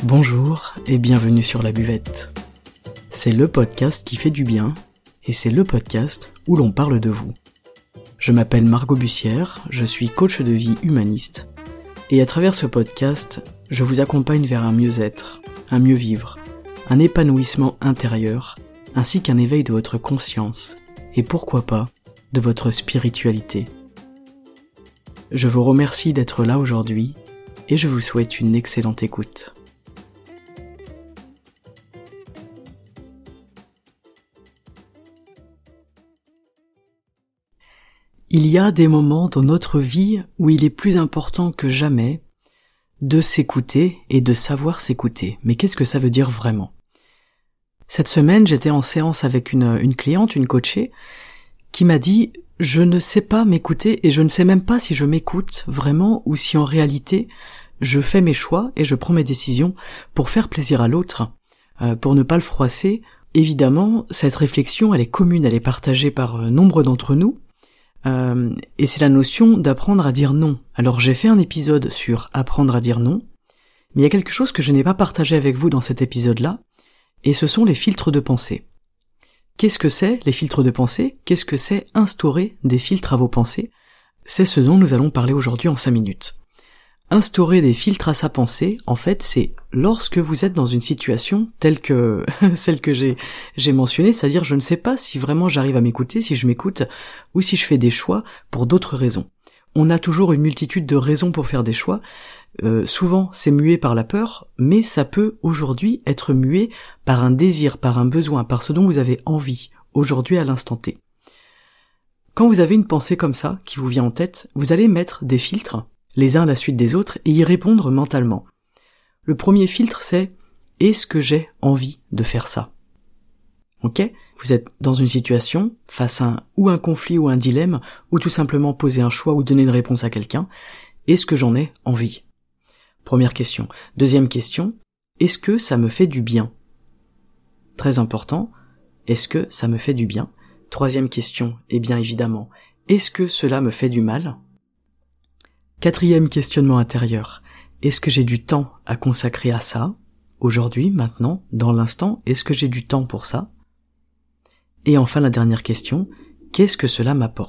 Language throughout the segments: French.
Bonjour et bienvenue sur La Buvette. C'est le podcast qui fait du bien et c'est le podcast où l'on parle de vous. Je m'appelle Margot Bussière, je suis coach de vie humaniste et à travers ce podcast, je vous accompagne vers un mieux-être, un mieux vivre, un épanouissement intérieur ainsi qu'un éveil de votre conscience et pourquoi pas de votre spiritualité. Je vous remercie d'être là aujourd'hui et je vous souhaite une excellente écoute. Il y a des moments dans notre vie où il est plus important que jamais de s'écouter et de savoir s'écouter. Mais qu'est-ce que ça veut dire vraiment ? Cette semaine, j'étais en séance avec une cliente, une coachée, qui m'a dit « Je ne sais pas m'écouter et je ne sais même pas si je m'écoute vraiment ou si en réalité je fais mes choix et je prends mes décisions pour faire plaisir à l'autre, pour ne pas le froisser. » Évidemment, cette réflexion, elle est commune, elle est partagée par nombre d'entre nous. Et c'est la notion d'apprendre à dire non. Alors j'ai fait un épisode sur apprendre à dire non, mais il y a quelque chose que je n'ai pas partagé avec vous dans cet épisode-là, et ce sont les filtres de pensée. Qu'est-ce que c'est les filtres de pensée ? Qu'est-ce que c'est instaurer des filtres à vos pensées ? C'est ce dont nous allons parler aujourd'hui en 5 minutes. Instaurer des filtres à sa pensée, en fait, c'est lorsque vous êtes dans une situation telle que celle que j'ai mentionnée, c'est-à-dire je ne sais pas si vraiment j'arrive à m'écouter, si je m'écoute, ou si je fais des choix pour d'autres raisons. On a toujours une multitude de raisons pour faire des choix, souvent c'est mué par la peur, mais ça peut aujourd'hui être mué par un désir, par un besoin, par ce dont vous avez envie, aujourd'hui à l'instant T. Quand vous avez une pensée comme ça, qui vous vient en tête, vous allez mettre des filtres, les uns à la suite des autres, et y répondre mentalement. Le premier filtre, c'est « Est-ce que j'ai envie de faire ça ?» Ok ? Vous êtes dans une situation, face à un conflit ou un dilemme, ou tout simplement poser un choix ou donner une réponse à quelqu'un. Est-ce que j'en ai envie ? Première question. Deuxième question, est-ce que ça me fait du bien ? Très important, est-ce que ça me fait du bien ? Troisième question, eh bien évidemment, est-ce que cela me fait du mal ? Quatrième questionnement intérieur, est-ce que j'ai du temps à consacrer à ça ? Aujourd'hui, maintenant, dans l'instant, est-ce que j'ai du temps pour ça ? Et enfin la dernière question, qu'est-ce que cela m'apporte ?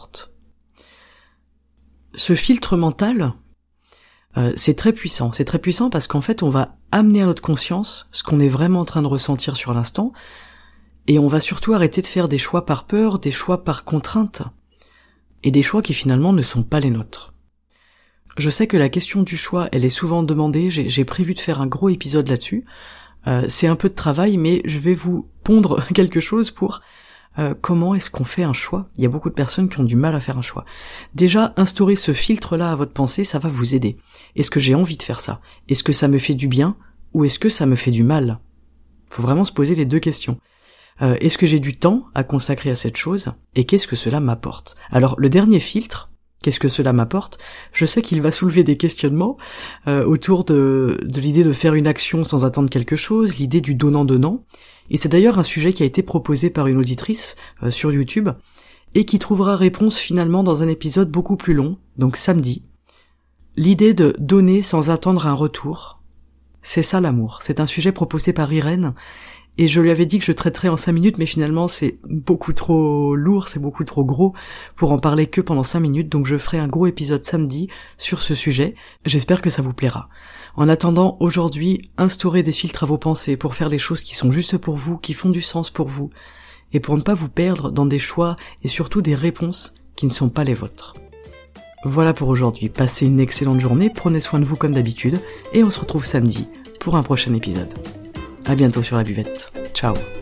Ce filtre mental, c'est très puissant parce qu'en fait on va amener à notre conscience ce qu'on est vraiment en train de ressentir sur l'instant, et on va surtout arrêter de faire des choix par peur, des choix par contrainte, et des choix qui finalement ne sont pas les nôtres. Je sais que la question du choix, elle est souvent demandée, j'ai prévu de faire un gros épisode là-dessus, c'est un peu de travail, mais je vais vous pondre quelque chose pour comment est-ce qu'on fait un choix ? Il y a beaucoup de personnes qui ont du mal à faire un choix. Déjà, instaurer ce filtre-là à votre pensée, ça va vous aider. Est-ce que j'ai envie de faire ça ? Est-ce que ça me fait du bien ? Ou est-ce que ça me fait du mal ? Faut vraiment se poser les deux questions. Est-ce que j'ai du temps à consacrer à cette chose ? Et qu'est-ce que cela m'apporte ? Alors, le dernier filtre, qu'est-ce que cela m'apporte ? Je sais qu'il va soulever des questionnements autour de l'idée de faire une action sans attendre quelque chose, l'idée du donnant-donnant. Et c'est d'ailleurs un sujet qui a été proposé par une auditrice sur YouTube et qui trouvera réponse finalement dans un épisode beaucoup plus long, donc samedi. L'idée de donner sans attendre un retour, c'est ça l'amour. C'est un sujet proposé par Irène et je lui avais dit que je traiterais en 5 minutes, mais finalement c'est beaucoup trop lourd, c'est beaucoup trop gros pour en parler que pendant 5 minutes, donc je ferai un gros épisode samedi sur ce sujet. J'espère que ça vous plaira. En attendant, aujourd'hui, instaurez des filtres à vos pensées pour faire les choses qui sont justes pour vous, qui font du sens pour vous, et pour ne pas vous perdre dans des choix et surtout des réponses qui ne sont pas les vôtres. Voilà pour aujourd'hui, passez une excellente journée, prenez soin de vous comme d'habitude, et on se retrouve samedi pour un prochain épisode. À bientôt sur La Buvette. Ciao.